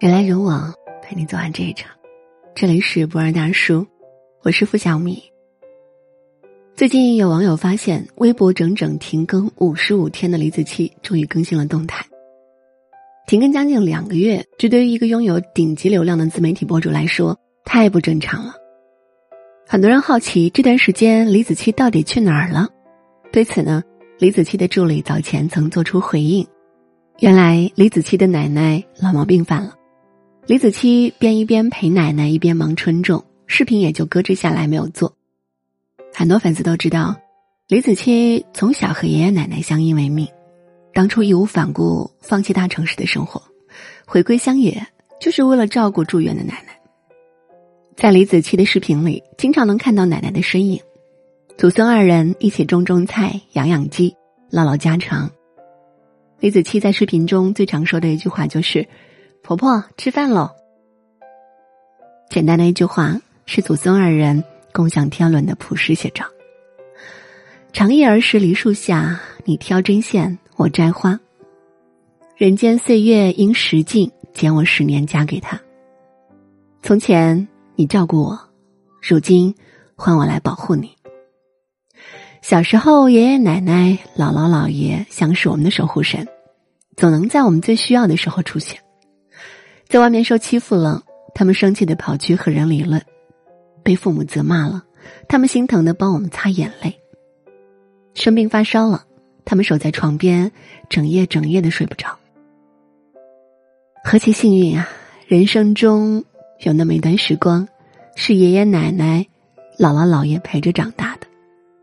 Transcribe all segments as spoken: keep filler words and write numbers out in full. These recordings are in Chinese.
人来人往，陪你走完这一场。这里是不二大叔，我是付小米。最近有网友发现，微博整整停更五十五天的李子柒终于更新了动态。停更将近两个月，这对于一个拥有顶级流量的自媒体博主来说太不正常了。很多人好奇这段时间李子柒到底去哪儿了。对此呢，李子柒的助理早前曾做出回应。原来李子柒的奶奶老毛病犯了，李子柒边一边陪奶奶一边忙春种，视频也就搁置下来没有做。很多粉丝都知道，李子柒从小和爷爷奶奶相依为命，当初义无反顾放弃大城市的生活，回归乡野，就是为了照顾住院的奶奶。在李子柒的视频里，经常能看到奶奶的身影，祖孙二人一起种种菜、养养鸡，唠唠家常。李子柒在视频中最常说的一句话就是婆婆吃饭喽。简单的一句话，是祖孙二人共享天伦的朴实写照。长夜儿时梨树下，你挑针线，我摘花。人间岁月因时尽，减我十年嫁给他。从前你照顾我，如今换我来保护你。小时候，爷爷奶奶、姥姥姥爷像是我们的守护神，总能在我们最需要的时候出现。在外面受欺负了，他们生气地跑去和人理论；被父母责骂了，他们心疼地帮我们擦眼泪；生病发烧了，他们守在床边，整夜整夜地睡不着。何其幸运啊！人生中有那么一段时光，是爷爷奶奶、姥姥姥爷陪着长大的。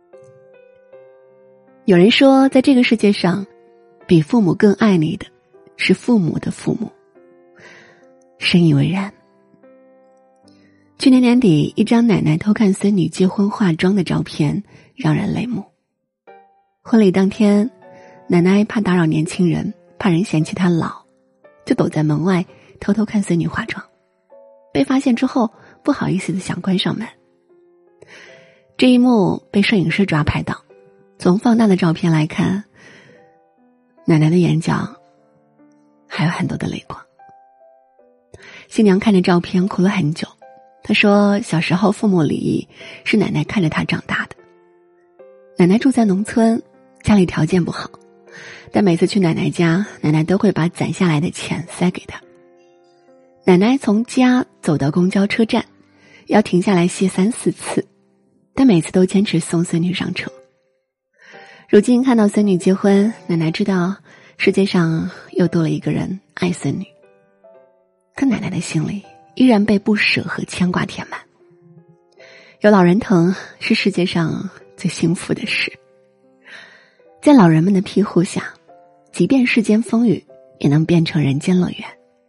有人说，在这个世界上，比父母更爱你的是父母的父母。深以为然。去年年底，一张奶奶偷看孙女结婚化妆的照片让人泪目。婚礼当天，奶奶怕打扰年轻人，怕人嫌弃她老，就躲在门外偷偷看孙女化妆。被发现之后，不好意思地想关上门。这一幕被摄影师抓拍到，从放大的照片来看，奶奶的眼角还有很多的泪光。新娘看着照片哭了很久，她说小时候父母离异，是奶奶看着她长大的。奶奶住在农村，家里条件不好，但每次去奶奶家，奶奶都会把攒下来的钱塞给她。奶奶从家走到公交车站，要停下来歇三四次，但每次都坚持送孙女上车。如今看到孙女结婚，奶奶知道世界上又多了一个人爱孙女，可奶奶的心里依然被不舍和牵挂填满。有老人疼是世界上最幸福的事。在老人们的庇护下，即便世间风雨，也能变成人间乐园。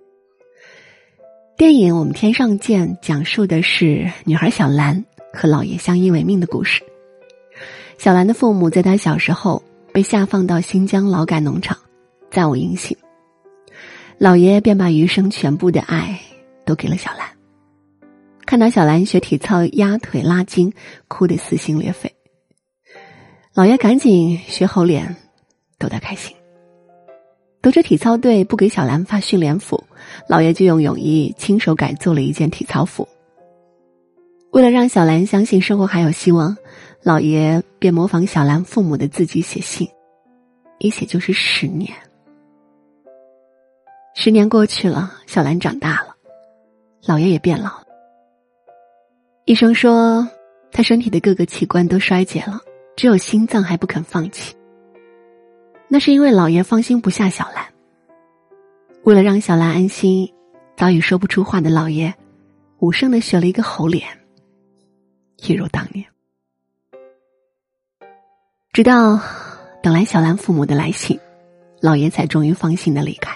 电影《我们天上见》讲述的是女孩小兰和姥爷相依为命的故事。小兰的父母在她小时候被下放到新疆劳改农场，暂无音信。姥爷便把余生全部的爱都给了小兰。看到小兰学体操压腿拉筋，哭得撕心裂肺。姥爷赶紧学猴脸，逗她开心。得知体操队不给小兰发训练服，姥爷就用泳衣亲手改做了一件体操服。为了让小兰相信生活还有希望，姥爷便模仿小兰父母的字迹写信，一写就是十年。十年过去了，小兰长大了，姥爷也变老了。医生说他身体的各个器官都衰竭了，只有心脏还不肯放弃。那是因为姥爷放心不下小兰。为了让小兰安心，早已说不出话的姥爷无声地学了一个猴脸，一如当年。直到等来小兰父母的来信，姥爷才终于放心地离开。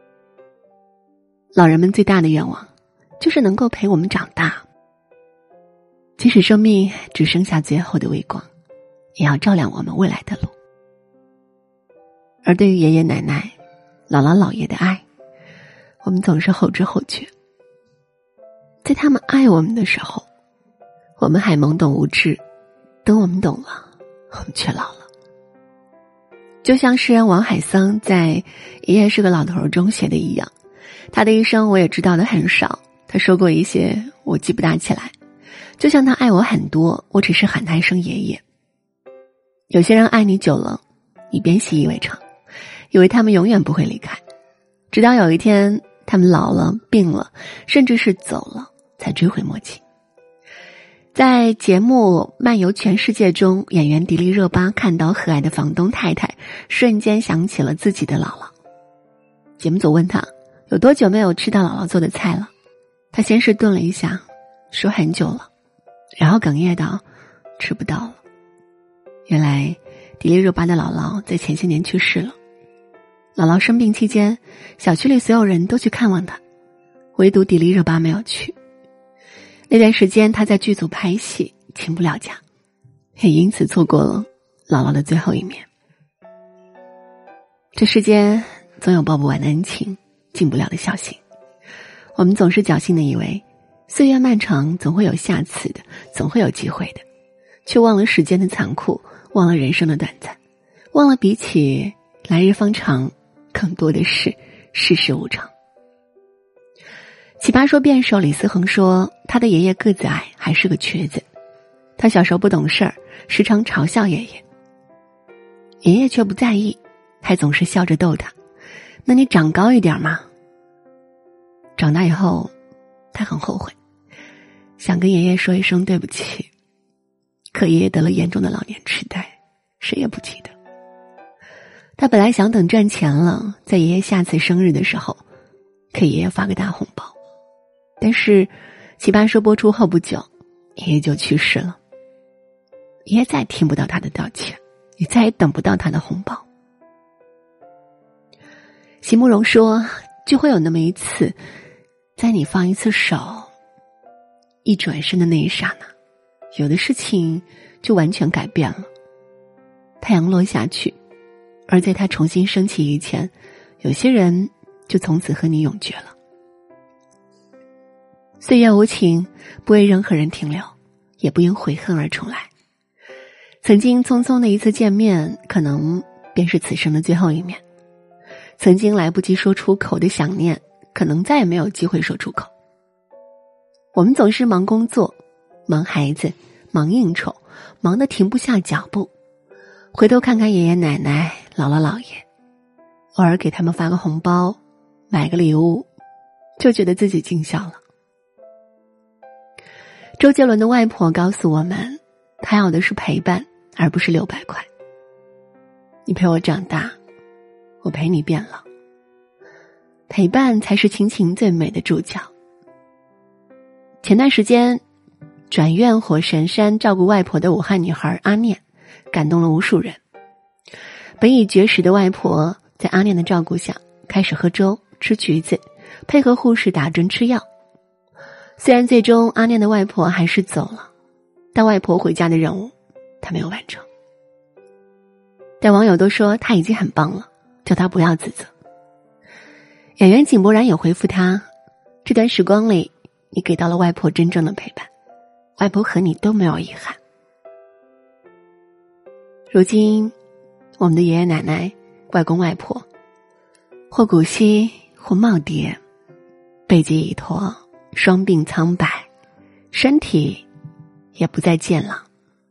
老人们最大的愿望就是能够陪我们长大，即使生命只剩下最后的微光，也要照亮我们未来的路。而对于爷爷奶奶、姥姥姥爷的爱，我们总是后知后觉。在他们爱我们的时候，我们还懵懂无知，等我们懂了，我们却老了。就像诗人王海桑在《爷爷是个老头》中写的一样， 他的一生我也知道的很少，他说过一些我记不大起来，就像他爱我很多，我只是喊他一声爷爷。有些人爱你久了，你便习以为常，以为他们永远不会离开，直到有一天他们老了病了，甚至是走了，才追悔莫及。在节目《漫游全世界》中，演员迪丽热巴看到和蔼的房东太太，瞬间想起了自己的姥姥。节目组问他有多久没有吃到姥姥做的菜了，他先是顿了一下，说很久了，然后哽咽道吃不到了。原来迪丽热巴的姥姥在前些年去世了。姥姥生病期间，小区里所有人都去看望她，唯独迪丽热巴没有去。那段时间她在剧组拍戏，请不了假，也因此错过了姥姥的最后一面。这世间总有报不完的恩情，尽不了的孝心。我们总是侥幸的以为岁月漫长，总会有下次的，总会有机会的，却忘了时间的残酷，忘了人生的短暂，忘了比起来日方长，更多的是世事无常。奇葩说辩手李思恒说，他的爷爷个子矮，还是个瘸子。他小时候不懂事儿，时常嘲笑爷爷，爷爷却不在意，还总是笑着逗他，那你长高一点嘛。长大以后他很后悔，想跟爷爷说一声对不起，可爷爷得了严重的老年痴呆，谁也不记得。他本来想等赚钱了，在爷爷下次生日的时候给爷爷发个大红包，但是奇葩说播出后不久，爷爷就去世了。爷爷再也听不到他的道歉，也再也等不到他的红包。席慕容说，就会有那么一次，在你放一次手，一转身的那一刹那，有的事情就完全改变了。太阳落下去，而在它重新升起以前，有些人就从此和你永绝了。岁月无情，不为任何人停留，也不因悔恨而重来。曾经匆匆的一次见面，可能便是此生的最后一面。曾经来不及说出口的想念，可能再也没有机会说出口。我们总是忙工作，忙孩子，忙应酬，忙得停不下脚步。回头看看爷爷奶奶、姥姥姥爷，偶尔给他们发个红包，买个礼物，就觉得自己尽孝了。周杰伦的外婆告诉我们，他要的是陪伴，而不是六百块。你陪我长大，我陪你变老。陪伴才是亲情最美的注脚。前段时间，转院火神山照顾外婆的武汉女孩阿念，感动了无数人。本已绝食的外婆，在阿念的照顾下，开始喝粥、吃橘子，配合护士打针吃药。虽然最终阿念的外婆还是走了，但外婆回家的任务，她没有完成。但网友都说她已经很棒了，叫她不要自责。演员井柏然也回复她，这段时光里，你给到了外婆真正的陪伴，外婆和你都没有遗憾。如今，我们的爷爷奶奶、外公外婆，或古稀，或耄耋，背脊已驼，双鬓苍白，身体也不再健朗。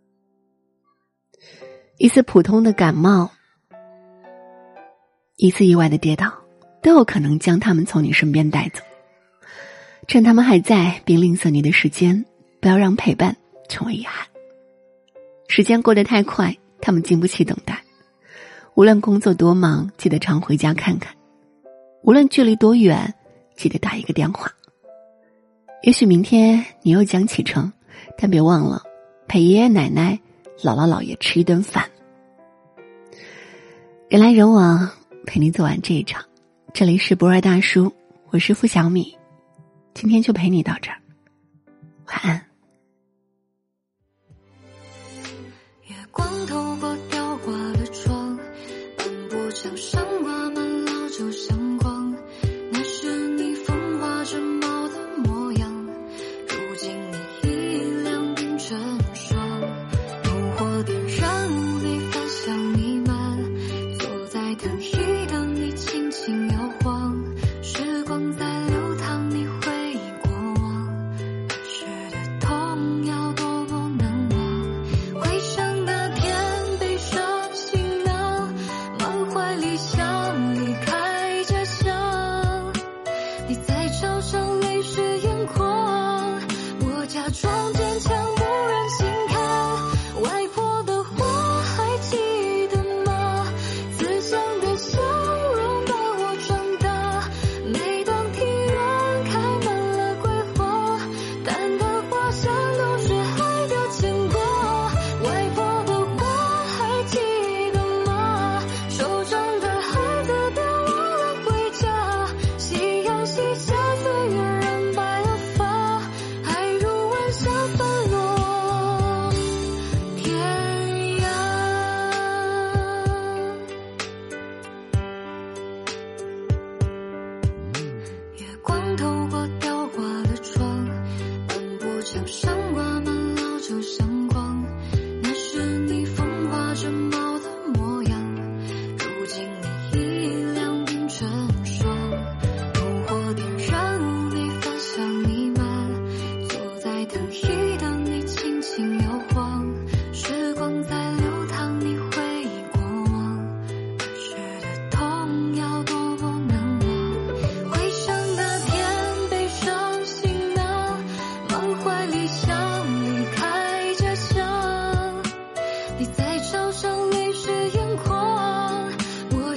一次普通的感冒，一次意外的跌倒，都有可能将他们从你身边带走。趁他们还在，并吝啬你的时间，不要让陪伴成为遗憾。时间过得太快，他们经不起等待。无论工作多忙，记得常回家看看；无论距离多远，记得打一个电话。也许明天你又将启程，但别忘了陪爷爷奶奶、姥姥姥爷吃一顿饭。人来人往，陪你走完这一场。这里是博尔大叔，我是付小米，今天就陪你到这儿，晚安。 月光透过雕挂的窗，漫步墙上挂满老旧相框，那是你风华正茂的模样，如今你已两鬓成霜。篝火点燃屋内饭香弥漫，坐在藤椅等你轻轻摇晃，时光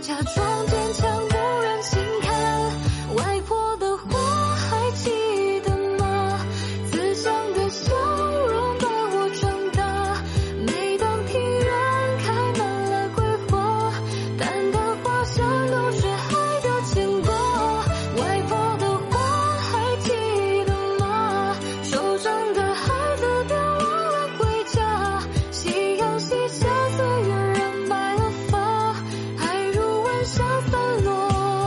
假装坚强不忍心看。外婆的话还记得吗？慈祥的笑容把我长大。每当庭院开满了桂花，淡淡花香都是爱的牵挂。外婆的话还记得吗？手上的孩子别忘了回家。夕阳西下，岁月染白了发，爱如晚霞散落。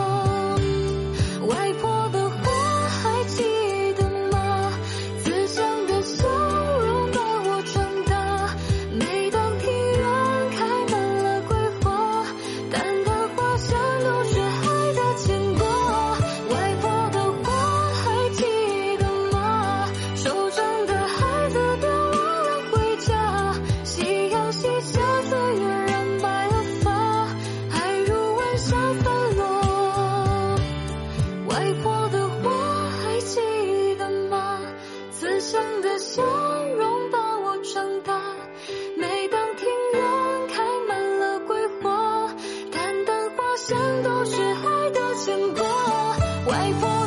外婆的话还记得吗？慈祥的笑容把我长大。每当庭院开满了桂花，淡淡花香都是爱的牵挂。外婆的话还记得吗？手上的孩子别忘了回家。夕阳西下，岁月染白了发，爱如晚霞散落。外婆的话还记得吗？慈祥的笑容把我长大。每当庭院开满了桂花，淡淡花香都是爱的牵挂。外婆